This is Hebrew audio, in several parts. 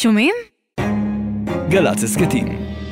שומעים? גל"צ הסכתים.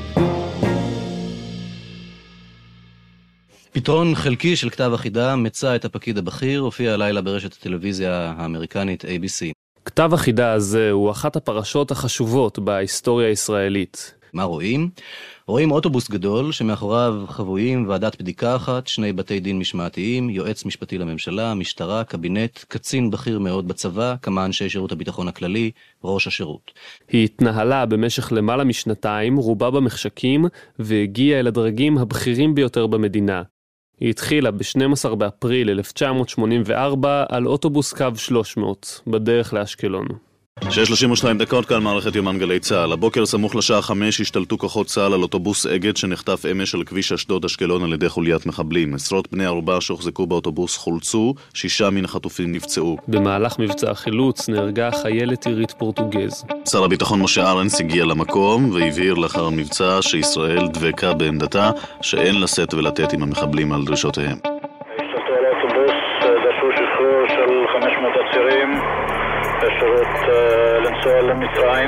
פתרון חלקי של כתב החידה מצא את הפקיד הבכיר, הופיע הלילה ברשת הטלוויזיה האמריקנית ABC. כתב החידה הזה הוא אחת הפרשות החשובות בהיסטוריה הישראלית. מה רואים? רואים אוטובוס גדול שמאחוריו חבויים ועדת בדיקה אחת, 2 בתי דין משמעתיים, יועץ משפטי לממשלה, משטרה, קבינט, קצין בכיר מאוד בצבא, כמה אנשי שירות הביטחון הכללי, ראש השירות. היא התנהלה במשך למעלה משנתיים, רובה במחשכים, והגיעה אל הדרגים הבכירים ביותר במדינה. היא התחילה ב-12 באפריל 1984 על אוטובוס קו 300, בדרך לאשקלון. 6:32 כאן מערכת יומן גלי צה"ל. הבוקר סמוך לשעה 5 השתלטו כוחות צה"ל על אוטובוס אגד שנחטף אמש על כביש אשדוד אשקלון על ידי חוליית מחבלים. עשרות בני ערובה שהוחזקו באוטובוס חולצו, 6 מן החטופים נפצעו. במהלך מבצע החילוץ נהרגה חיילת עירית פורטוגז. שר הביטחון משה ארנס הגיע למקום והבהיר לאחר המבצע שישראל דבקה בעמדתה שאין לשאת ולתת עם המחבלים על דרישותיהם. השתלטו על האוטובוס, דרשו שחרור של 500 עצירים. אפשרות לנסוע למצרים.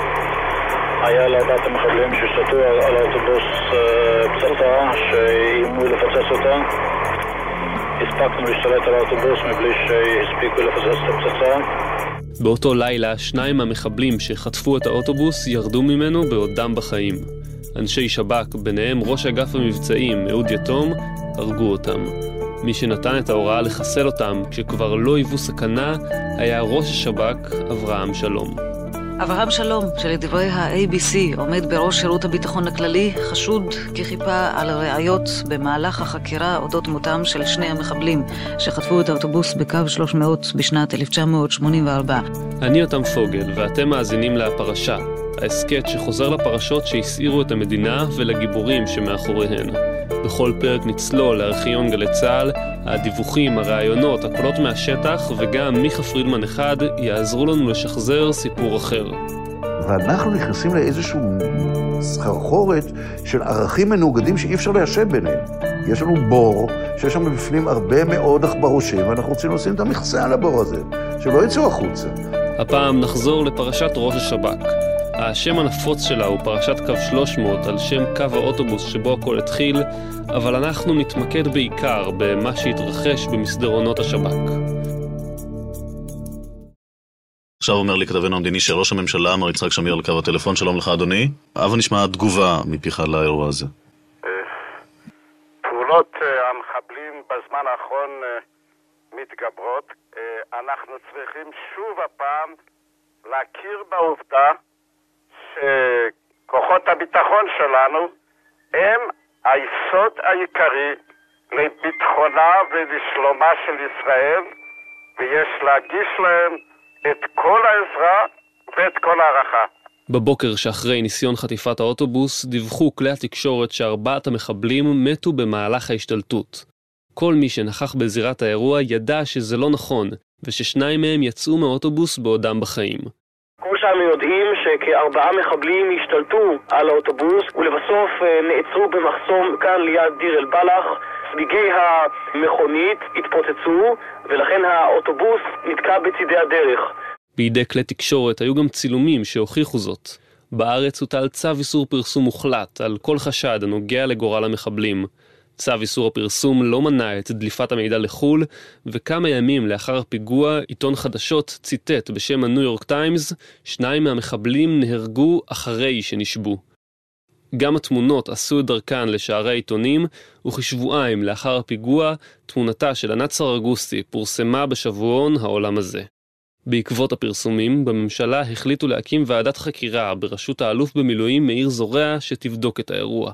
היה לארבעת המחבלים שהשתלטו על האוטובוס פצצה שאיימו לפוצץ אותה. הספקנו להשתלט על האוטובוס מבלי שהספיקו לפוצץ את הפצצה. באותו לילה 2 המחבלים שחטפו את האוטובוס ירדו ממנו בעודם בחיים. אנשי שב"כ, ביניהם ראש אגף המבצעים אהוד יתום, הרגו אותם. מי שנתן את ההוראה לחסל אותם כשכבר לא היוו סכנה היה ראש השב"כ אברהם שלום. אברהם שלום, שלדברי ה-ABC עומד בראש שירות הביטחון הכללי, חשוד כחיפה על ראיות במהלך החקירה אודות מותם של 2 המחבלים שחטפו את האוטובוס בקו 300 בשנת 1984. אני יותם פוגל ואתם מאזינים לפרשה, ההסכת שחוזר לפרשות שהסעירו את המדינה ולגיבורים שמאחוריהן. בכל פרק נצלול לארכיון גלי צה"ל, הדיווחים, הרעיונות, הקולות מהשטח וגם מיכה פרידמן אחד יעזרו לנו לשחזר סיפור אחר. ואנחנו נכנסים לאיזשהו סחרחורת של ערכים מנוגדים שאי אפשר ליישב ביניהם. יש לנו בור שיש שם בפנים הרבה מאוד עכברושים ואנחנו רוצים לשים את המכסה על הבור הזה, שלא יצאו החוצה. הפעם נחזור לפרשת ראש השב"כ. השם הנפוץ שלה הוא פרשת קו 300 על שם קו האוטובוס שבו הכל התחיל, אבל אנחנו נתמקד בעיקר במה שהתרחש במסדרונות השב"כ. עכשיו אומר לי כתבנו המדיני שראש הממשלה מר יצחק שמיר על קו הטלפון. שלום לך אדוני. אבל נשמע תגובה מפיך לאירוע הזה. פעולות המחבלים בזמן האחרון מתגברות. אנחנו צריכים שוב הפעם להכיר בעובדה שכוחות הביטחון שלנו הם היסוד העיקרי לביטחונה ולשלומה של ישראל, ויש להגיש להם את כל העזרה ואת כל הערכה. בבוקר שאחרי ניסיון חטיפת האוטובוס דיווחו כלי התקשורת ש4 המחבלים מתו במהלך ההשתלטות. כל מי שנכח בזירת האירוע ידע שזה לא נכון, וש2 מהם יצאו מהאוטובוס בעודם בחיים. כמו שאנו יודעים שכ4 מחבלים השתלטו על האוטובוס ולבסוף נעצרו במחסום כאן ליד דיר אל בלח. צמיגי המכונית התפוצצו ולכן האוטובוס נתקע בצידי הדרך. בידי כלי תקשורת היו גם צילומים שהוכיחו זאת. בארץ הוטל צו איסור פרסום מוחלט על כל חשד הנוגע לגורל המחבלים. צו איסור הפרסום לא מנע את דליפת המידע לחול, וכמה ימים לאחר הפיגוע עיתון חדשות ציטט בשם הניו יורק טיימס, 2 מהמחבלים נהרגו אחרי שנשבו. גם התמונות עשו את דרכן לשערי העיתונים, וכשבועיים לאחר הפיגוע, תמונתה של ענת סרגוסטי פורסמה בשבועון העולם הזה. בעקבות הפרסומים, בממשלה החליטו להקים ועדת חקירה בראשות האלוף במילואים מאיר זורע שתבדוק את האירוע.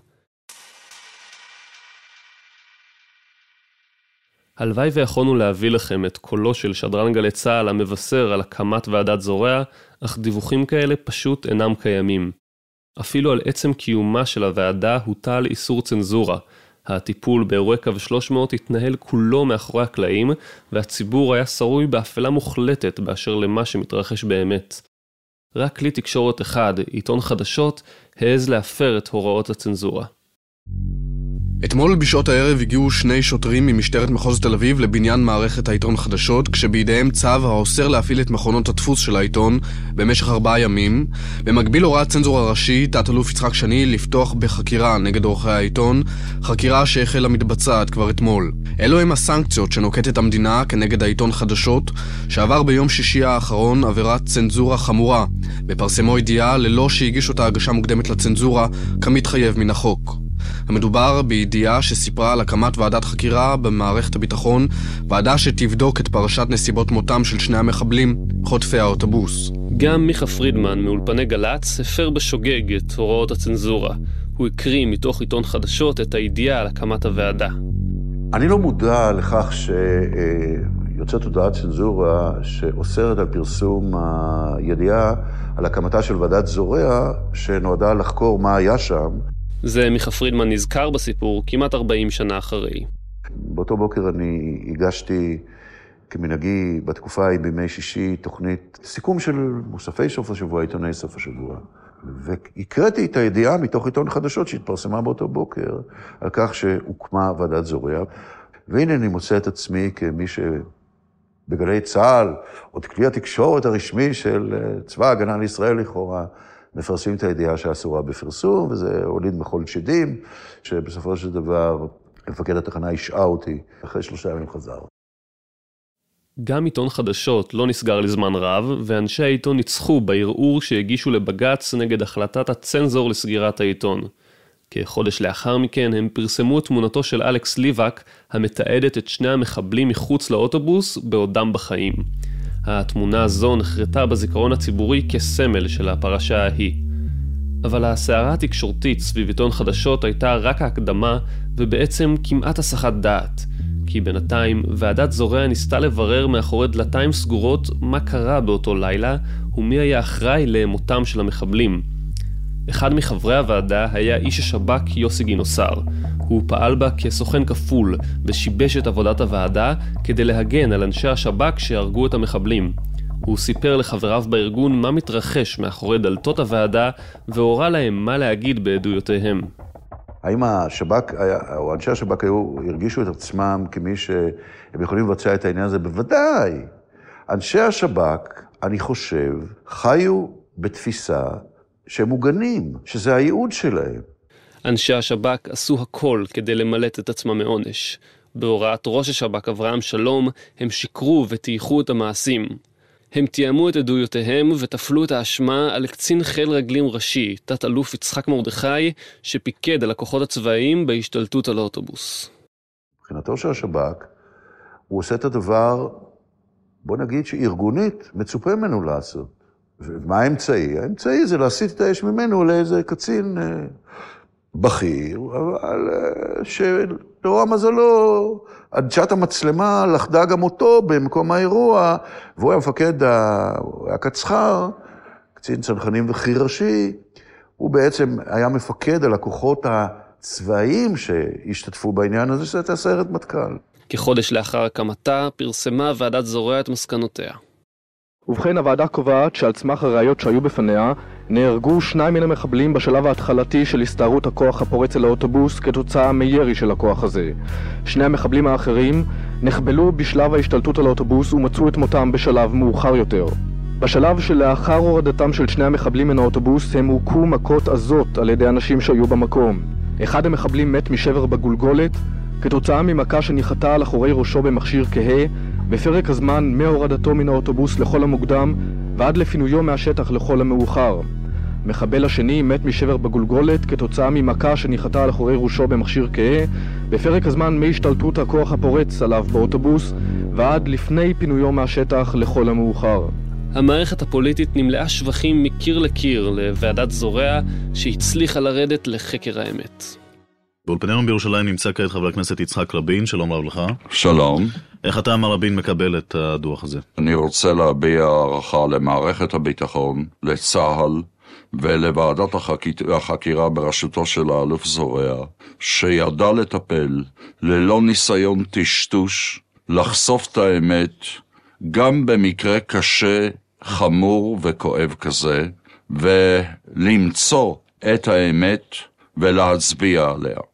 הלוואי ויכולנו להביא לכם את קולו של שדרן גלי צה"ל המבשר על הקמת ועדת זורע, אך דיווחים כאלה פשוט אינם קיימים. אפילו על עצם קיומה של הוועדה הוטל איסור צנזורה. הטיפול באירועי קו 300 התנהל כולו מאחורי הקלעים, והציבור היה שרוי באפלה מוחלטת באשר למה שמתרחש באמת. רק כלי תקשורת אחד, עיתון חדשות, העז להפר את הוראות הצנזורה. אתמול בשעות הערב הגיעו 2 שוטרים ממשטרת מחוז תל אביב לבניין מערכת העיתון חדשות, כשבידיהם צו האוסר להפעיל את מכונות הדפוס של העיתון במשך 4 ימים. במקביל הוראה הצנזור הראשי, תת-אלוף יצחק שני, לפתוח בחקירה נגד עורכי העיתון, חקירה שהחלה מתבצעת כבר אתמול. אלו הם הסנקציות שנוקטת המדינה כנגד העיתון חדשות, שעבר ביום שישי האחרון עבירת צנזורה חמורה, בפרסמו ידיעה ללא שהגיש אותה הגשה מוקדמת לצנזורה, כמתחייב מן החוק. המדובר בידיעה שסיפרה על הקמת ועדת חקירה במערכת הביטחון, ועדה שתבדוק את פרשת נסיבות מותם של 2 המחבלים, חוטפי האוטובוס. גם מיכה פרידמן מאולפני גלץ הפר בשוגג את הוראות הצנזורה. הוא הקריא מתוך עיתון חדשות את הידיעה על הקמת הוועדה. אני לא מודע לכך שיוצאת הודעת צנזורה שאוסרת על פרסום הידיעה על הקמתה של ועדת זורע, שנועדה לחקור מה היה שם. זה מיכה פרידמן נזכר בסיפור כמעט 40 שנה אחרי. באותו בוקר אני הגשתי כמנהגי בתקופה ההיא בימי שישי תוכנית סיכום של מוספי סוף השבוע, עיתוני סוף השבוע. והקראתי את הידיעה מתוך עיתון חדשות שהתפרסמה באותו בוקר על כך שהוקמה ועדת זורע. והנה אני מוצא את עצמי כמי שבגלי צה"ל, עוד כלי התקשורת הרשמי של צבא ההגנה לישראל לכאורה, מפרסמים את הידיעה שאסורה בפרסום, וזה הוליד מחול שדים, שבסופו של דבר מפקד התחנה השעה אותי, אחרי 3 ימים חזר. גם עיתון חדשות לא נסגר לזמן רב, ואנשי העיתון ניצחו בערעור שהגישו לבג"ץ נגד החלטת הצנזור לסגירת העיתון. כחודש לאחר מכן הם פרסמו את תמונתו של אלכס ליבק, המתעדת את 2 המחבלים מחוץ לאוטובוס בעודם בחיים. התמונה הזו נחרטה בזיכרון הציבורי כסמל של הפרשה ההיא. אבל הסערה התקשורתית סביב עיתון חדשות הייתה רק ההקדמה, ובעצם כמעט הסחת דעת. כי בינתיים ועדת זורע ניסתה לברר מאחורי דלתיים סגורות מה קרה באותו לילה, ומי היה אחראי למותם של המחבלים. אחד מחברי הוועדה היה איש השב"כ יוסי גינוסר. הוא פעל בה כסוכן כפול ושיבש את עבודת הוועדה כדי להגן על אנשי השב"כ שהרגו את המחבלים. הוא סיפר לחבריו בארגון מה מתרחש מאחורי דלתות הוועדה והורה להם מה להגיד בעדויותיהם. האם השב"כ, או אנשי השב"כ הרגישו את עצמם כמי שהם יכולים לבצע את העניין הזה? בוודאי. אנשי השב"כ, אני חושב, חיו בתפיסה שהם מוגנים, שזה הייעוד שלהם. אנשי השב"כ עשו הכל כדי למלט את עצמם מעונש. בהוראת ראש השב"כ אברהם שלום, הם שיקרו ותייכו את המעשים. הם תיאמו את עדויותיהם ותפלו את האשמה על קצין חיל רגלים ראשי, תת-אלוף יצחק מרדכי, שפיקד על הכוחות הצבאיים בהשתלטות על האוטובוס. מבחינתו של השב"כ, הוא עושה את הדבר, בוא נגיד שארגונית מצופה ממנו לעשות. ומה האמצעי? האמצעי זה להסיט את האש ממנו לאיזה קצין בכיר, אבל שלרוע מזלו, אנשת המצלמה לחדה גם אותו במקום האירוע, והוא היה מפקד הקצח"ר, קצין צנחנים בכיר ראשי, הוא בעצם היה מפקד על הכוחות הצבאיים שהשתתפו בעניין הזה, שזה הייתה סיירת מטכ"ל. כחודש לאחר הקמתה פרסמה ועדת זורע את מסקנותיה. ובכן, הוועדה קובעת שעל סמך הראיות שהיו בפניה, נהרגו 2 מן המחבלים בשלב ההתחלתי של הסתערות הכוח הפורץ אל האוטובוס כתוצאה מירי של הכוח הזה. 2 המחבלים האחרים נחבלו בשלב ההשתלטות על האוטובוס ומצאו את מותם בשלב מאוחר יותר. בשלב שלאחר הורדתם של 2 המחבלים מן האוטובוס הם הוכו מכות עזות על ידי אנשים שהיו במקום. אחד המחבלים מת משבר בגולגולת כתוצאה ממכה שניחתה על אחורי ראשו במכשיר כהה בפרק הזמן מהורדתו מן האוטובוס לכל המוקדם ועד לפינויו מהשטח לכל המאוחר. מחבל השני מת משבר בגולגולת כתוצאה ממכה שניחתה על אחורי ראשו במכשיר כהה בפרק הזמן מהשתלטות הכוח הפורץ עליו באוטובוס ועד לפני פינויו מהשטח לכל המאוחר. המערכת הפוליטית נמלאה שבחים מקיר לקיר לוועדת זורע שהצליחה לרדת לחקר האמת. באולפנינו בירושלים נמצא כעת חבר הכנסת יצחק רבין, שלום רב לך. שלום. איך אתה, מר רבין, מקבל את הדוח הזה? אני רוצה להביע הערכה למערכת הביטחון, לצה"ל ולוועדת החקירה בראשותו של האלוף זורע, שידע לטפל ללא ניסיון טשטוש, לחשוף את האמת, גם במקרה קשה, חמור וכואב כזה, ולמצוא את האמת ולהצביע עליה.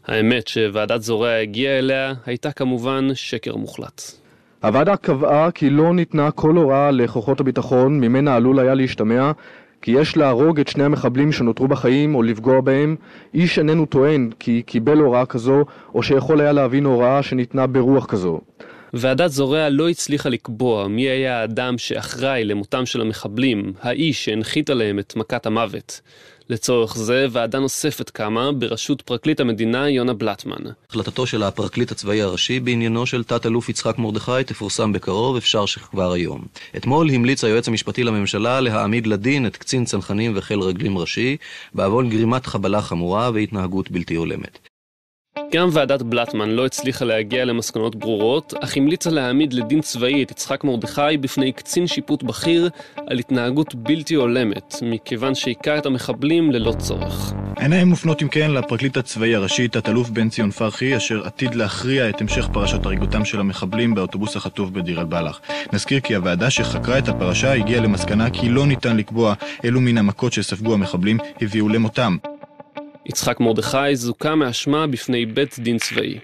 האמת שוועדת זורע הגיעה אליה הייתה כמובן שקר מוחלט. הוועדה קבעה כי לא ניתנה כל הוראה לכוחות הביטחון, ממנה עלול היה להשתמע כי יש להרוג את שני המחבלים שנותרו בחיים או לפגוע בהם. איש איננו טוען כי קיבל הוראה כזו או שיכול היה להבין הוראה שניתנה ברוח כזו. ועדת זורע לא הצליחה לקבוע מי היה האדם שאחראי למותם של המחבלים, האיש שהנחית עליהם את מכת המוות. לצורך זה ועדה נוספת קמה בראשות פרקליט המדינה יונה בלטמן. החלטתו של הפרקליט הצבאי הראשי בעניינו של תת-אלוף יצחק מרדכי תפורסם בקרוב, אפשר שכבר היום. אתמול המליץ היועץ המשפטי לממשלה להעמיד לדין את קצין צנחנים וחיל רגלים ראשי בעוון גרימת חבלה חמורה והתנהגות בלתי הולמת. גם ועדת בלטמן לא הצליחה להגיע למסקנות ברורות, אך המליצה להעמיד לדין צבאי את יצחק מרדכי בפני קצין שיפוט בכיר על התנהגות בלתי הולמת, מכיוון שהיכה את המחבלים ללא צורך. עיניים מופנות אם כן לפרקליט הצבאי הראשי, תת-אלוף בן ציון פרחי, אשר עתיד להכריע את המשך פרשת הריגותם של המחבלים באוטובוס החטוף בדיר אל-בלח. נזכיר כי הוועדה שחקרה את הפרשה הגיעה למסקנה כי לא ניתן לקבוע אילו מן המכות שספגו המחבלים הביאו למותם. יצחק מרדכי זוכה מאשמה בפני בית דין צבאי.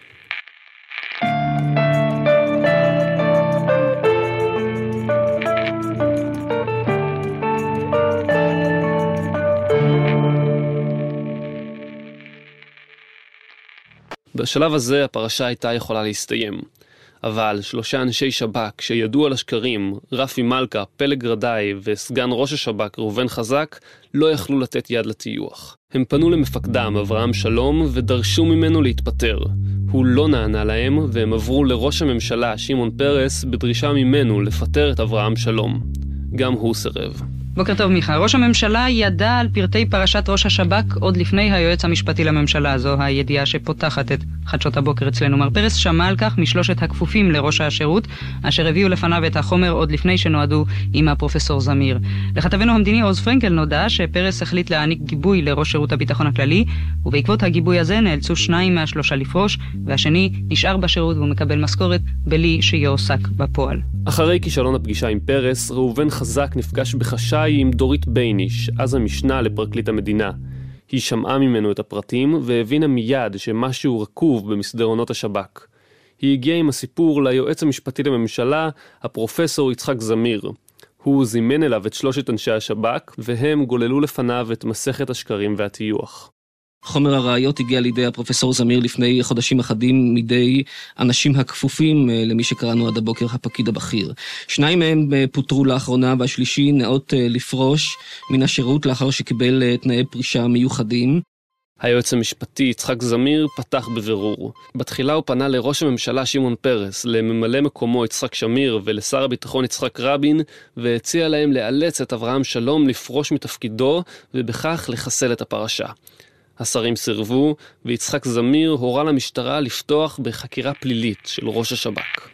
בשלב הזה הפרשה הייתה יכולה להסתיים. אבל 3 אנשי שב"כ שידעו על השקרים, רפי מלכה, פלג רדאי וסגן ראש השב"כ ראובן חזק, לא יכלו לתת יד לטיוח. הם פנו למפקדם אברהם שלום ודרשו ממנו להתפטר. הוא לא נענה להם והם עברו לראש הממשלה שמעון פרס בדרישה ממנו לפטר את אברהם שלום. גם הוא סירב. בוקר טוב מיכה, ראש הממשלה ידע על פרטי פרשת ראש השב"כ עוד לפני היועץ המשפטי לממשלה. זו הידיעה שפותחת את חדשות הבוקר אצלנו. מר פרס שמע על כך משלושת הכפופים לראש השירות, אשר הביאו לפניו את החומר עוד לפני שנועדו עם הפרופסור זמיר. לכתבנו המדיני עוז פרנקל נודע שפרס החליט להעניק גיבוי לראש שירות הביטחון הכללי, ובעקבות הגיבוי הזה נאלצו 2 מה-3 לפרוש, והשני נשאר בשירות והוא מקבל משכורת בלי שיועסק בפועל. אחרי כישלון הפגישה עם פרס, ראובן חזק נפגש בחשאי עם דורית בייניש, אז המשנה לפרקליט המדינה. היא שמעה ממנו את הפרטים והבינה מיד שמשהו רקוב במסדרונות השב"כ. היא הגיעה עם הסיפור ליועץ המשפטי לממשלה, הפרופסור יצחק זמיר. הוא זימן אליו את 3 אנשי השב"כ, והם גוללו לפניו את מסכת השקרים והטיוח. חומר הראיות הגיע לידי הפרופסור זמיר לפני חודשים אחדים מידי אנשים הכפופים למי שקראנו עד הבוקר הפקיד הבכיר. 2 מהם פוטרו לאחרונה והשלישי נאות לפרוש מן השירות לאחר שקיבל תנאי פרישה מיוחדים. היועץ המשפטי יצחק זמיר פתח בבירור. בתחילה הוא פנה לראש הממשלה שמעון פרס, לממלא מקומו יצחק שמיר ולשר הביטחון יצחק רבין, והציע להם לאלץ את אברהם שלום לפרוש מתפקידו ובכך לחסל את הפרשה. השרים סירבו, ויצחק זמיר הורה למשטרה לפתוח בחקירה פלילית של ראש השב"כ.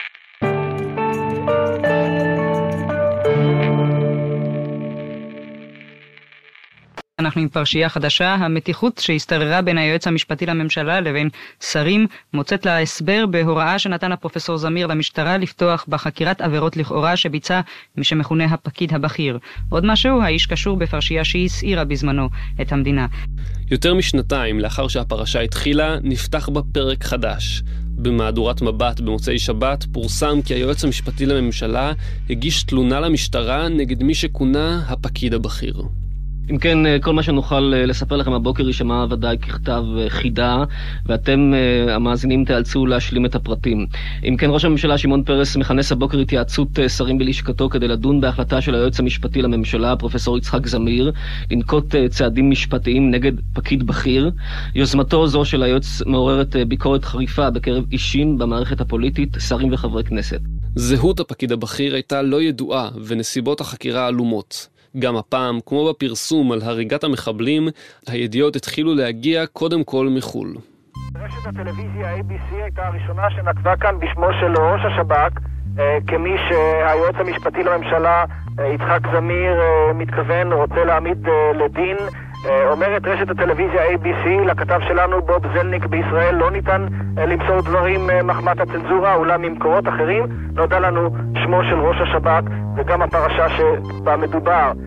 אנחנו עם פרשייה חדשה. המתיחות שהסתררה בין היועץ המשפטי לממשלה לבין שרים מוצאת לה הסבר בהוראה שנתן הפרופסור זמיר למשטרה לפתוח בחקירת עבירות לכאורה שביצע מי שמכונה הפקיד הבכיר. עוד משהו, האיש קשור בפרשייה שהסעירה בזמנו את המדינה. יותר משנתיים לאחר שהפרשה התחילה, נפתח בה פרק חדש. במהדורת מבט במוצאי שבת פורסם כי היועץ המשפטי לממשלה הגיש תלונה למשטרה נגד מי שכונה הפקיד הבכיר. אם כן, כל מה שנוכל לספר לכם הבוקר יישמע ודאי ככתב חידה, ואתם המאזינים תאלצו להשלים את הפרטים. אם כן, ראש הממשלה שמעון פרס מכנס הבוקר התייעצות שרים בלשכתו כדי לדון בהחלטה של היועץ המשפטי לממשלה, פרופסור יצחק זמיר, לנקוט צעדים משפטיים נגד פקיד בכיר. יוזמתו זו של היועץ מעוררת ביקורת חריפה בקרב אישים במערכת הפוליטית, שרים וחברי כנסת. זהות הפקיד הבכיר הייתה לא ידועה ונסיבות החקירה עלומות. גם הפעם, כמו בפרסום על הריגת המחבלים, הידיעות התחילו להגיע קודם כל מחול. רשת הטלוויזיה ABC הייתה הראשונה שנקבה כאן בשמו של ראש השב"כ, כמי שהיועץ המשפטי לממשלה יצחק זמיר מתכוון, רוצה להעמיד לדין. אומרת רשת הטלוויזיה ABC לכתב שלנו בוב זלניק, בישראל לא ניתן למסור דברים מחמת הצנזורה, אולם ממקורות אחרים נודע לנו שמו של ראש השב"כ וגם הפרשה שבה מדובר.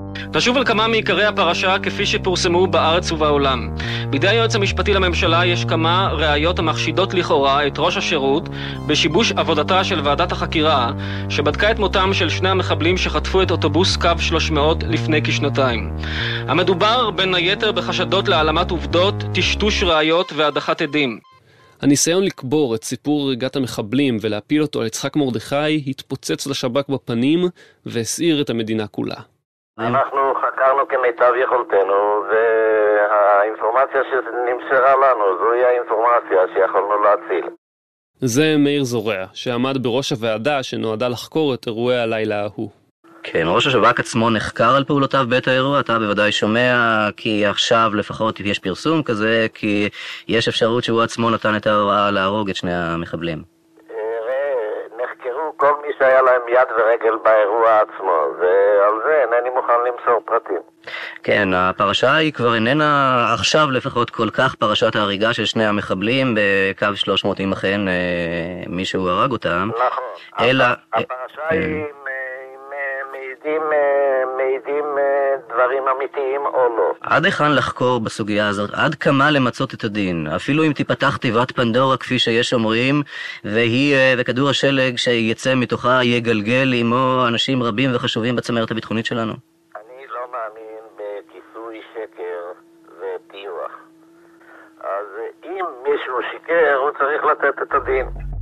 נשוב על כמה מעיקרי הפרשה כפי שפורסמו בארץ ובעולם. בידי היועץ המשפטי לממשלה יש כמה ראיות המחשידות לכאורה את ראש השירות בשיבוש עבודתה של ועדת החקירה שבדקה את מותם של שני המחבלים שחטפו את אוטובוס קו 300 לפני כשנתיים. המדובר בין היתר בחשדות להעלמת עובדות, טשטוש ראיות והדחת עדים. הניסיון לקבור את סיפור הריגת המחבלים ולהפיל אותו על יצחק מרדכי התפוצץ לשב"כ בפנים והסעיר את המדינה כולה. אנחנו חקרנו כמיטב יכולתנו, והאינפורמציה שנמסרה לנו זוהי האינפורמציה שיכולנו להציל. זה מאיר זורע, שעמד בראש הוועדה שנועדה לחקור את אירועי הלילה ההוא. כן, ראש השב"כ עצמו נחקר על פעולותיו בעת האירוע, אתה בוודאי שומע כי עכשיו לפחות יש פרסום כזה, כי יש אפשרות שהוא עצמו נתן את ההוראה להרוג את שני המחבלים. נחקרו כל מי שהיה להם יד ורגל באירוע עצמו, ועל זה אינני מוכן למסור פרטים. כן, הפרשה היא כבר איננה עכשיו לפחות כל כך פרשת ההריגה של שני המחבלים בקו 300 אם אכן מישהו הרג אותם. נכון, אלא... הפרשה היא מעידים דברים אמיתיים או לא. עד היכן לחקור בסוגיה הזאת? עד כמה למצות את הדין? אפילו אם תיפתח תיבת פנדורה כפי שיש אומרים, וכדור השלג שיצא מתוכה יגלגל עמו אנשים רבים וחשובים בצמרת הביטחונית שלנו? אני לא מאמין בכיסוי שקר וטיוח. אז אם מישהו שיקר, הוא צריך לתת את הדין.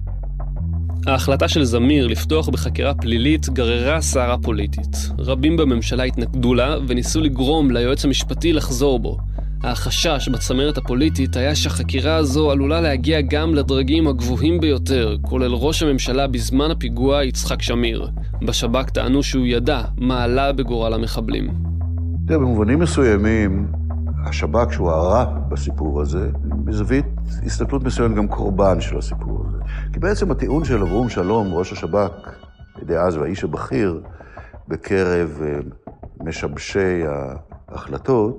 ההחלטה של זמיר לפתוח בחקירה פלילית גררה סערה פוליטית. רבים בממשלה התנגדו לה וניסו לגרום ליועץ המשפטי לחזור בו. החשש בצמרת הפוליטית היה שהחקירה הזו עלולה להגיע גם לדרגים הגבוהים ביותר, כולל ראש הממשלה בזמן הפיגוע יצחק שמיר. בשב"כ טענו שהוא ידע מה עלה בגורל המחבלים. במובנים מסוימים, השב"כ שהוא הרע בסיפור הזה, בזווית הסתכלות מסוימת גם קורבן של הסיפור הזה. כי בעצם הטיעון של אברום שלום, ראש השב"כ, דאז והאיש הבכיר, בקרב משבשי ההחלטות,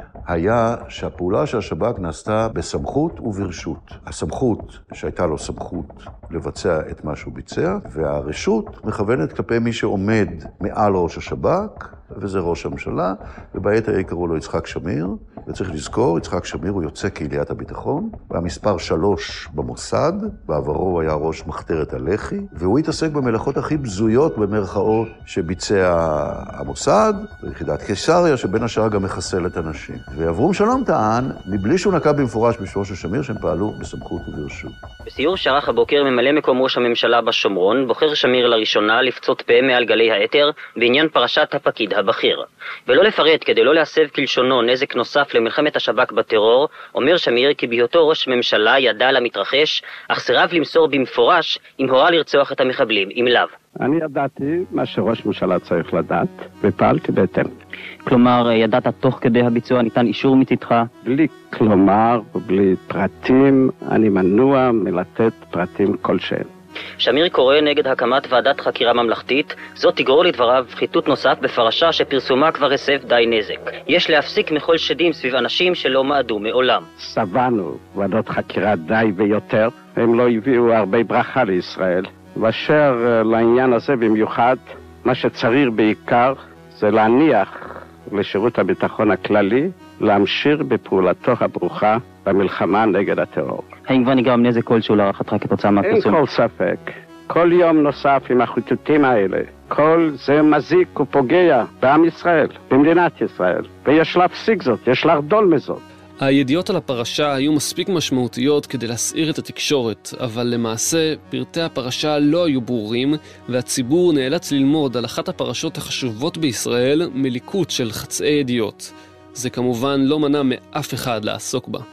היה שהפעולה של השב"כ נעשתה בסמכות וברשות. הסמכות שהייתה לו סמכות לבצע את מה שהוא ביצע, והרשות מכוונת כלפי מי שעומד מעל ראש השב"כ, וזה ראש הממשלה, ובעת ההיא קראו לו יצחק שמיר, וצריך לזכור, יצחק שמיר הוא יוצא קהיליית הביטחון, והמספר 3 במוסד, בעברו הוא היה ראש מחתרת הלח"י, והוא התעסק במלאכות הכי בזויות במרכאות שביצע המוסד, ביחידת קיסריה, שבין השאר גם מחסלת אנשים. ואברום שלום טען, מבלי שהוא נקב במפורש בשמו של שמיר, שהם פעלו בסמכות וברשות. בסיור שערך הבוקר ממלא מקום ראש הממשלה בשומרון, בוחר שמיר לראשונה לפצות פה מעל גלי האתר בעניין פרשת הפקיד הבכיר. ולא לפרט כדי לא להסב כלשונו נזק נוסף למלחמת השב"כ בטרור, אומר שמיר כי בהיותו ראש ממשלה ידע על המתרחש, אך סירב למסור במפורש אם הורה לרצוח את המחבלים, אם לאו. אני ידעתי מה שראש ממשלה צריך לדעת, ופעלתי בהתאם. כלומר, ידעת תוך כדי הביצוע, ניתן אישור מצדך? בלי כלומר ובלי פרטים, אני מנוע מלתת פרטים כלשהם. שמיר קורא נגד הקמת ועדת חקירה ממלכתית, זאת תגרור לדבריו חיתות נוסף בפרשה שפרסומה כבר הסב די נזק. יש להפסיק מכל שדים סביב אנשים שלא מעדו מעולם. סבנו ועדות חקירה די ויותר, הם לא הביאו הרבה ברכה לישראל. ואשר לעניין הזה במיוחד, מה שצריך בעיקר זה להניח לשירות הביטחון הכללי להמשיך בפעולתו הברוכה במלחמה נגד הטרור. האם כבר נגרם נזק כלשהו להערכתך כתוצאה מהפרסום? אין כל ספק. כל יום נוסף עם החיתותים האלה, כל זה מזיק ופוגע בעם ישראל, במדינת ישראל. ויש להפסיק זאת, יש לחדול מזאת. הידיעות על הפרשה היו מספיק משמעותיות כדי להסעיר את התקשורת, אבל למעשה פרטי הפרשה לא היו ברורים, והציבור נאלץ ללמוד על אחת הפרשות החשובות בישראל מליקוט של חצאי ידיעות. זה כמובן לא מנע מאף אחד לעסוק בה.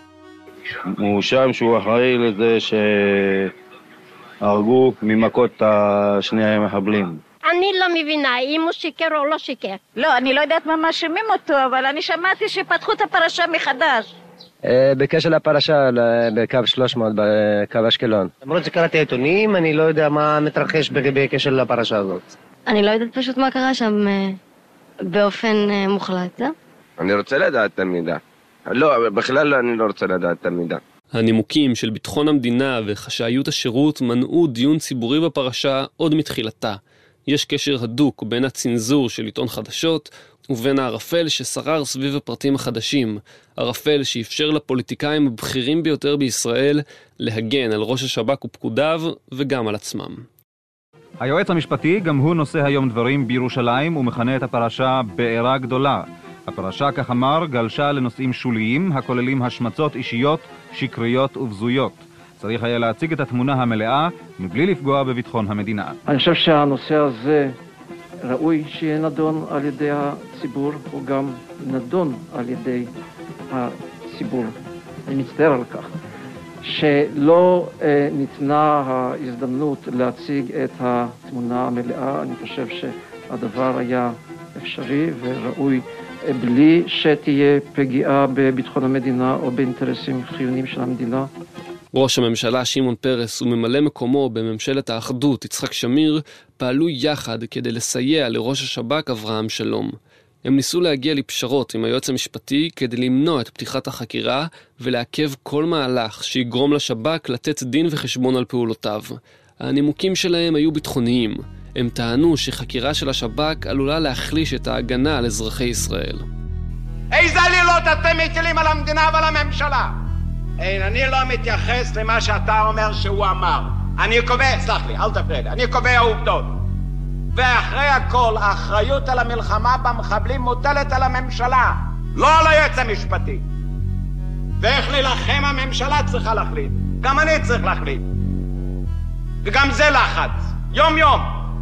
מואשם שהוא אחראי לזה שהרגו ממכות שני המחבלים. אני לא מבינה אם הוא שיקר או לא שיקר. לא, אני לא יודעת מה מאשימים אותו, אבל אני שמעתי שפתחו את הפרשה מחדש. בקשר לפרשה, בקו 300, בקו אשקלון. למרות שקראתי עיתונים, אני לא יודע מה מתרחש בקשר לפרשה הזאת. אני לא יודעת פשוט מה קרה שם באופן מוחלט. אני רוצה לדעת את המידע. לא, בכלל אני לא רוצה לדעת את המידע. הנימוקים של ביטחון המדינה וחשאיות השירות מנעו דיון ציבורי בפרשה עוד מתחילתה. יש קשר הדוק בין הצנזור של עיתון חדשות ובין הערפל ששרר סביב הפרטים החדשים, ערפל שאפשר לפוליטיקאים הבכירים ביותר בישראל להגן על ראש השב"כ ופקודיו וגם על עצמם. היועץ המשפטי גם הוא נושא היום דברים בירושלים ומכנה את הפרשה בעירה גדולה. הפרשה, כך אמר, גלשה לנושאים שוליים הכוללים השמצות אישיות, שקריות ובזויות. צריך היה להציג את התמונה המלאה מבלי לפגוע בביטחון המדינה. אני חושב שהנושא הזה ראוי שיהיה נדון על ידי הציבור, הוא גם נדון על ידי הציבור. אני מצטער על כך שלא ניתנה ההזדמנות להציג את התמונה המלאה. אני חושב שהדבר היה אפשרי וראוי בלי שתהיה פגיעה בביטחון המדינה או באינטרסים חיוניים של המדינה. ראש הממשלה שמעון פרס וממלא מקומו בממשלת האחדות יצחק שמיר פעלו יחד כדי לסייע לראש השב"כ אברהם שלום. הם ניסו להגיע לפשרות עם היועץ המשפטי כדי למנוע את פתיחת החקירה ולעכב כל מהלך שיגרום לשב"כ לתת דין וחשבון על פעולותיו. הנימוקים שלהם היו ביטחוניים. הם טענו שחקירה של השב"כ עלולה להחליש את ההגנה על אזרחי ישראל. איזה עלילות אתם מטילים על המדינה ועל הממשלה? אני לא מתייחס למה שאתה אומר שהוא אמר. אני קובע, סלח לי, אל תפריע לי, אני קובע עובדות. ואחרי הכל, האחריות על המלחמה במחבלים מוטלת על הממשלה, לא על היועץ המשפטי. ואיך להילחם הממשלה צריכה להחליט. גם אני צריך להחליט. וגם זה לחץ, יום יום.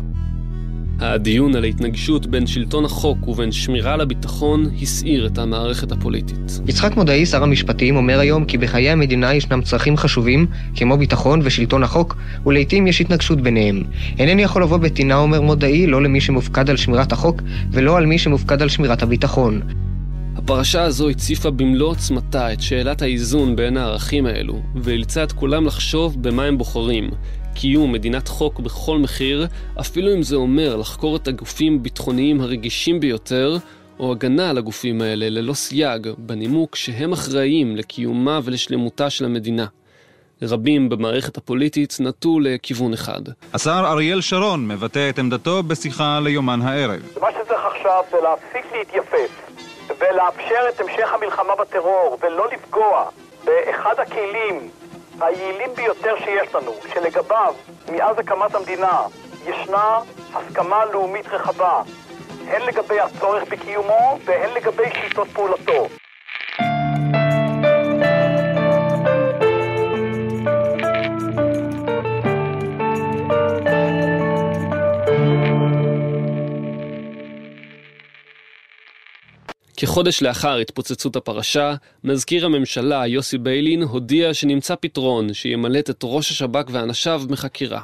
הדיון על ההתנגשות בין שלטון החוק ובין שמירה על הביטחון הסעיר את המערכת הפוליטית. יצחק מודעי, שר המשפטים, אומר היום כי בחיי המדינה ישנם צרכים חשובים כמו ביטחון ושלטון החוק, ולעיתים יש התנגשות ביניהם. אינני יכול לבוא בטינה, אומר מודעי, לא למי שמופקד על שמירת החוק ולא על מי שמופקד על שמירת הביטחון. הפרשה הזו הציפה במלוא עוצמתה את שאלת האיזון בין הערכים האלו, ואילצה את כולם לחשוב במה הם בוחרים. קיום מדינת חוק בכל מחיר, אפילו אם זה אומר לחקור את הגופים הביטחוניים הרגישים ביותר, או הגנה על הגופים האלה ללא סייג, בנימוק שהם אחראים לקיומה ולשלמותה של המדינה. רבים במערכת הפוליטית נטו לכיוון אחד. השר אריאל שרון מבטא את עמדתו בשיחה ליומן הערב. מה שצריך עכשיו זה להפסיק להתייפף ולאפשר את המשך המלחמה בטרור ולא לפגוע באחד הכלים היעילים ביותר שיש לנו, שלגביו מאז הקמת המדינה ישנה הסכמה לאומית רחבה, הן לגבי הצורך בקיומו והן לגבי שיטות פעולתו. כחודש לאחר התפוצצות הפרשה, מזכיר הממשלה יוסי ביילין הודיע שנמצא פתרון שימלט את ראש השב"כ ואנשיו מחקירה.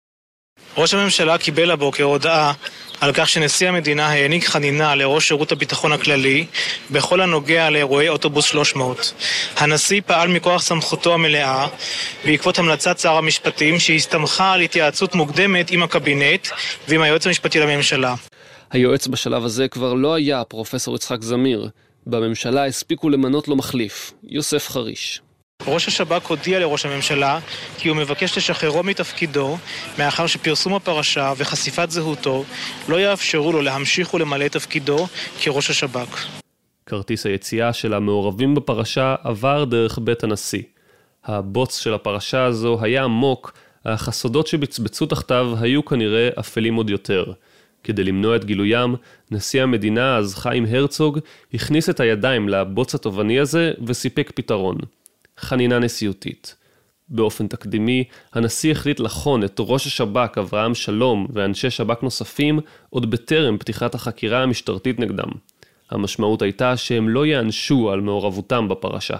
ראש הממשלה קיבל הבוקר הודעה על כך שנשיא המדינה העניק חנינה לראש שירות הביטחון הכללי בכל הנוגע לאירועי אוטובוס 300. הנשיא פעל מכוח סמכותו המלאה בעקבות המלצת שר המשפטים שהסתמכה על התייעצות מוקדמת עם הקבינט ועם היועץ המשפטי לממשלה. היועץ בשלב הזה כבר לא היה פרופסור יצחק זמיר. בממשלה הספיקו למנות לו מחליף, יוסף חריש. ראש השב"כ הודיע לראש הממשלה כי הוא מבקש לשחררו מתפקידו מאחר שפרסום הפרשה וחשיפת זהותו לא יאפשרו לו להמשיך ולמלא תפקידו כראש השב"כ. כרטיס היציאה של המעורבים בפרשה עבר דרך בית הנשיא. הבוץ של הפרשה הזו היה עמוק, אך הסודות שבצבצו תחתיו היו כנראה אפלים עוד יותר. כדי למנוע את גילוים, נשיא המדינה, אז חיים הרצוג, הכניס את הידיים לבוץ התובעני הזה וסיפק פתרון. חנינה נשיאותית. באופן תקדימי, הנשיא החליט לחון את ראש השב"כ אברהם שלום ואנשי שב"כ נוספים עוד בטרם פתיחת החקירה המשטרתית נגדם. המשמעות הייתה שהם לא יענשו על מעורבותם בפרשה.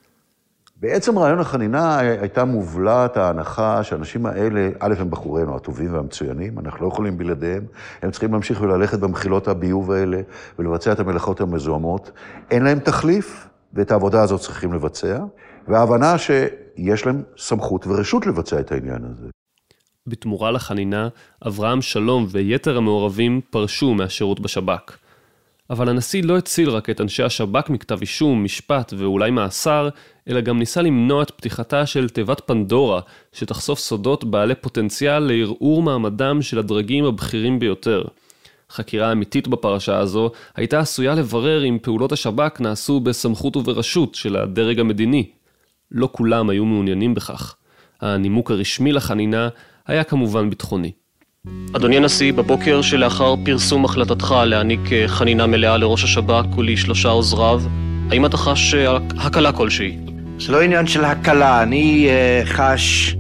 בעצם רעיון החנינה הייתה מובלעת ההנחה שהאנשים האלה, א' הם בחורינו הטובים והמצוינים, אנחנו לא יכולים בלעדיהם, הם צריכים להמשיך וללכת במחילות הביוב האלה ולבצע את המלאכות המזוהמות. אין להם תחליף, ואת העבודה הזאת צריכים לבצע, וההבנה שיש להם סמכות ורשות לבצע את העניין הזה. בתמורה לחנינה, אברהם שלום ויתר המעורבים פרשו מהשירות בשב"כ. אבל הנשיא לא הציל רק את אנשי השב"כ מכתב אישום, משפט ואולי מאסר, אלא גם ניסה למנוע את פתיחתה של תיבת פנדורה, שתחשוף סודות בעלי פוטנציאל לערעור מעמדם של הדרגים הבכירים ביותר. חקירה אמיתית בפרשה הזו הייתה עשויה לברר אם פעולות השב"כ נעשו בסמכות וברשות של הדרג המדיני. לא כולם היו מעוניינים בכך. הנימוק הרשמי לחנינה היה כמובן ביטחוני. אדוני הנשיא, בבוקר שלאחר פרסום החלטתך להעניק חנינה מלאה לראש השב"כ ול3 עוזריו, האם אתה חש הקלה כלשהי? זה לא עניין של הקלה, אני חש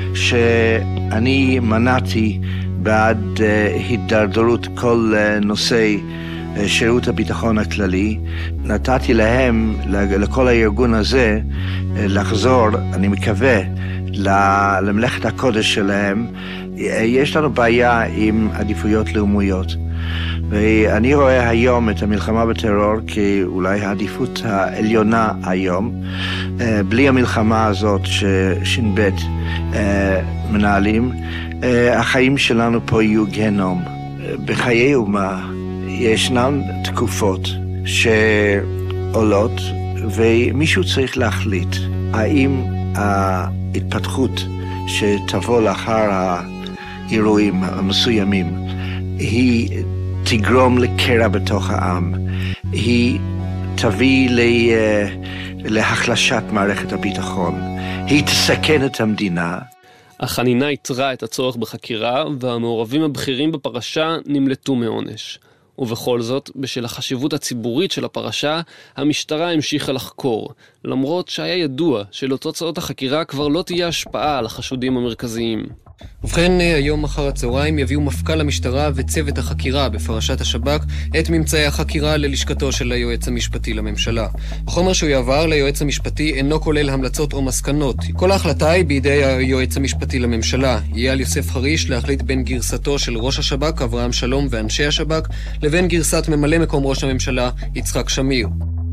שאני מנעתי בעד הידרדרות כל נושא שירות הביטחון הכללי. נתתי להם, לכל הארגון הזה, לחזור, אני מקווה, למלאכת הקודש שלהם. יש לנו בעיה עם עדיפויות לאומיות. ואני רואה היום את המלחמה בטרור כאולי העדיפות העליונה היום. בלי המלחמה הזאת שש"ב מנהלים, החיים שלנו פה יהיו גיהנום. בחיי אומה ישנן תקופות שעולות, ומישהו צריך להחליט האם ההתפתחות שתבוא לאחר האירועים המסוימים היא תגרום לקרע בתוך העם, היא תביא להחלשת מערכת הביטחון, היא תסכן את המדינה. החנינה יתרה את הצורך בחקירה, והמעורבים הבכירים בפרשה נמלטו מעונש. ובכל זאת, בשל החשיבות הציבורית של הפרשה, המשטרה המשיכה לחקור, למרות שהיה ידוע שלתוצאות החקירה כבר לא תהיה השפעה על החשודים המרכזיים. ובכן, היום אחר הצהריים יביאו מפכ"ל המשטרה וצוות החקירה בפרשת השב"כ את ממצאי החקירה ללשכתו של היועץ המשפטי לממשלה. החומר שהוא יעבר ליועץ המשפטי אינו כולל המלצות או מסקנות. כל ההחלטה היא בידי היועץ המשפטי לממשלה. יהיה על יוסף חריש להחליט בין גרסתו של ראש השב"כ אברהם שלום ואנשי השב"כ לבין גרסת ממלא מקום ראש הממשלה יצחק שמיר.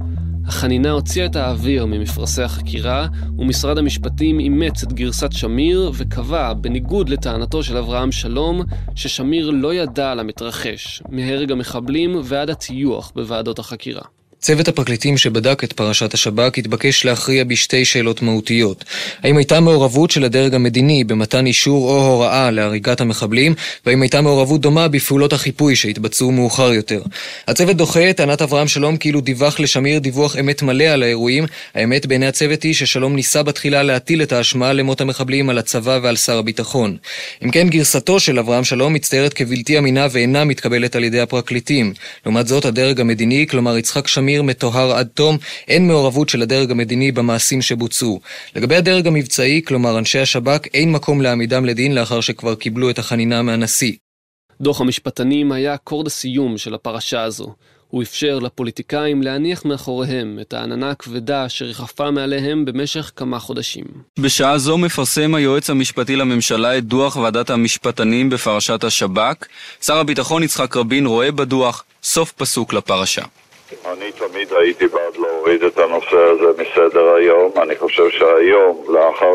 החנינה הוציאה את האוויר ממפרסי החקירה, ומשרד המשפטים אימץ את גרסת שמיר וקבע, בניגוד לטענתו של אברהם שלום, ששמיר לא ידע על המתרחש, מהרג המחבלים ועד הטיוח בוועדות החקירה. צוות הפרקליטים שבדק את פרשת השב"כ התבקש להכריע בשתי שאלות מהותיות. האם הייתה מעורבות של הדרג המדיני במתן אישור או הוראה להריגת המחבלים, והאם הייתה מעורבות דומה בפעולות החיפוי שהתבצעו מאוחר יותר. הצוות דוחה את טענת אברהם שלום כאילו דיווח לשמיר דיווח אמת מלא על האירועים. האמת בעיני הצוות היא ששלום ניסה בתחילה להטיל את האשמה למות המחבלים על הצבא ועל שר הביטחון. אם כן, גרסתו של אברהם שלום מצטיירת כבלתי אמינה ואינה מתקבלת על ידי הפרקליטים. לעומת זאת, הדרג המדיני, כלומר יצחק שמיר, מתוהר עד תום, אין מעורבות של הדרג המדיני במעשים שבוצעו. לגבי הדרג המבצעי, כלומר אנשי השב"כ, אין מקום להעמידם לדין לאחר שכבר קיבלו את החנינה מהנשיא. דוח המשפטנים היה אקורד הסיום של הפרשה הזו. הוא אפשר לפוליטיקאים להניח מאחוריהם את העננה הכבדה שרחפה מעליהם במשך כמה חודשים. בשעה זו מפרסם היועץ המשפטי לממשלה את דוח ועדת המשפטנים בפרשת השב"כ. שר הביטחון יצחק רבין רואה בדוח סוף פסוק לפרשה. אני תמיד הייתי בעד להוריד את הנושא הזה מסדר היום. אני חושב שהיום, לאחר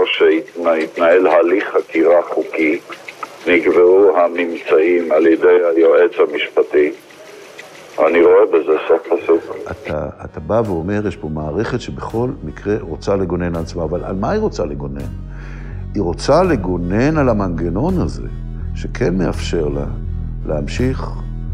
שהתנהל הליך חקירה חוקי, נקבעו הממצאים על ידי היועץ המשפטי. אני רואה בזה סוף פסוק. אתה בא ואומר, יש פה מערכת שבכל מקרה רוצה לגונן על עצמה, אבל על מה היא רוצה לגונן? היא רוצה לגונן על המנגנון הזה, שכן מאפשר לה להמשיך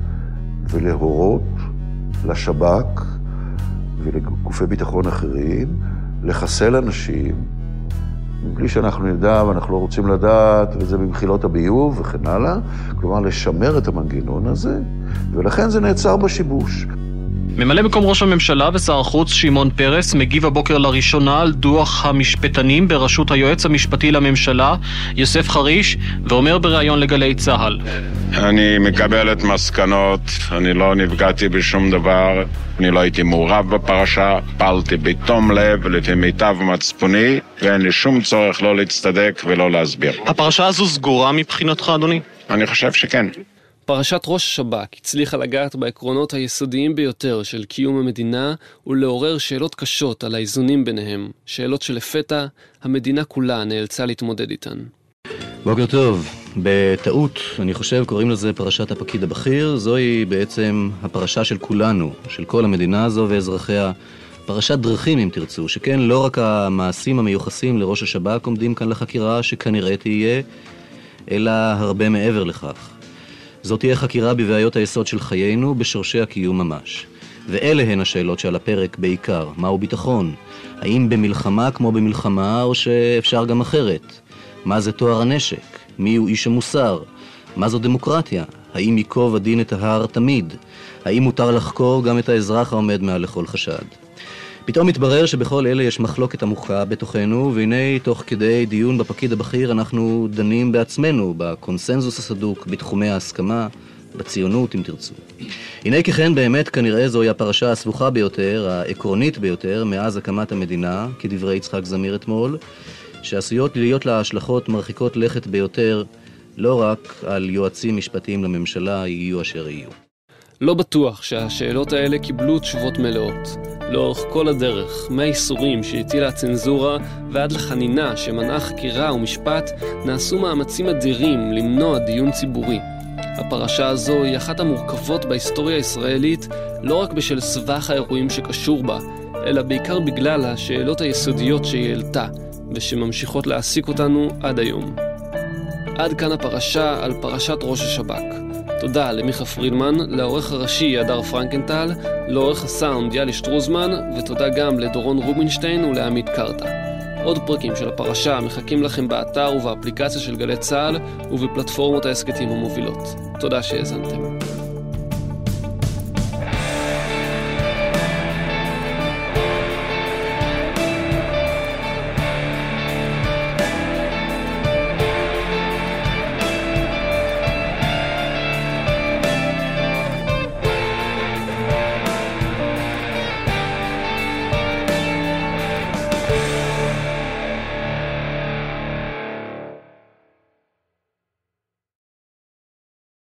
ולהורות לשב"כ ולגופי ביטחון אחרים, לחסל אנשים, מבלי שאנחנו נדע ואנחנו לא רוצים לדעת, וזה במחילות הביוב וכן הלאה, כלומר לשמר את המנגנון הזה, ולכן זה נעצר בשיבוש. ממלא מקום ראש הממשלה ושר החוץ שמעון פרס מגיב הבוקר לראשונה על דוח המשפטנים בראשות היועץ המשפטי לממשלה יוסף חריש, ואומר בראיון לגלי צהל: אני מקבל את מסקנות, אני לא נפגעתי בשום דבר, אני לא הייתי מעורב בפרשה, פעלתי בתום לב לפי מיטב מצפוני, ואין לי שום צורך לא להצטדק ולא להסביר. הפרשה הזו סגורה מבחינתך, אדוני? אני חושב שכן. פרשת ראש השב"כ הצליחה לגעת בעקרונות היסודיים ביותר של קיום המדינה ולעורר שאלות קשות על האיזונים ביניהם, שאלות שלפתע המדינה כולה נאלצה להתמודד איתן. בוקר טוב. בטעות, אני חושב, קוראים לזה פרשת הפקיד הבכיר. זוהי בעצם הפרשה של כולנו, של כל המדינה הזו ואזרחיה. פרשת דרכים, אם תרצו, שכן לא רק המעשים המיוחסים לראש השב"כ עומדים כאן לחקירה שכנראה תהיה, אלא הרבה מעבר לכך. זאת תהיה חקירה בבעיות היסוד של חיינו, בשורשי הקיום ממש. ואלה הן השאלות שעל הפרק בעיקר. מהו ביטחון? האם במלחמה כמו במלחמה, או שאפשר גם אחרת? מה זה תואר הנשק? מי הוא איש המוסר? מה זו דמוקרטיה? האם ייקוב הדין את ההר תמיד? האם מותר לחקור גם את האזרח העומד מעל לכל חשד? פתאום מתברר שבכל אלה יש מחלוקת עמוקה בתוכנו, והנה תוך כדי דיון בפקיד הבכיר אנחנו דנים בעצמנו, בקונסנזוס הסדוק, בתחומי ההסכמה, בציונות אם תרצו. הנה ככן באמת כנראה זוהי הפרשה הסבוכה ביותר, העקרונית ביותר, מאז הקמת המדינה, כדברי יצחק זמיר אתמול, שעשויות להיות לה השלכות מרחיקות לכת ביותר, לא רק על יועצים משפטיים לממשלה, יהיו אשר יהיו. לא בטוח שהשאלות האלה קיבלו תשובות מלאות. לאורך כל הדרך, מהאיסורים שהטילה הצנזורה ועד לחנינה שמנעה חקירה ומשפט, נעשו מאמצים אדירים למנוע דיון ציבורי. הפרשה הזו היא אחת המורכבות בהיסטוריה הישראלית, לא רק בשל סבך האירועים שקשור בה, אלא בעיקר בגלל השאלות היסודיות שהיא העלתה, ושממשיכות להעסיק אותנו עד היום. עד כאן הפרשה על פרשת ראש השב"כ. תודה למיכה פרידמן, לעורך הראשי הדר פרנקנטל, לעורך הסאונד יאלי שטרוזמן, ותודה גם לדורון רובינשטיין ולעמית קרטה. עוד פרקים של הפרשה מחכים לכם באתר ובאפליקציה של גלי צה"ל ובפלטפורמות העסקתים המובילות. תודה שהאזנתם.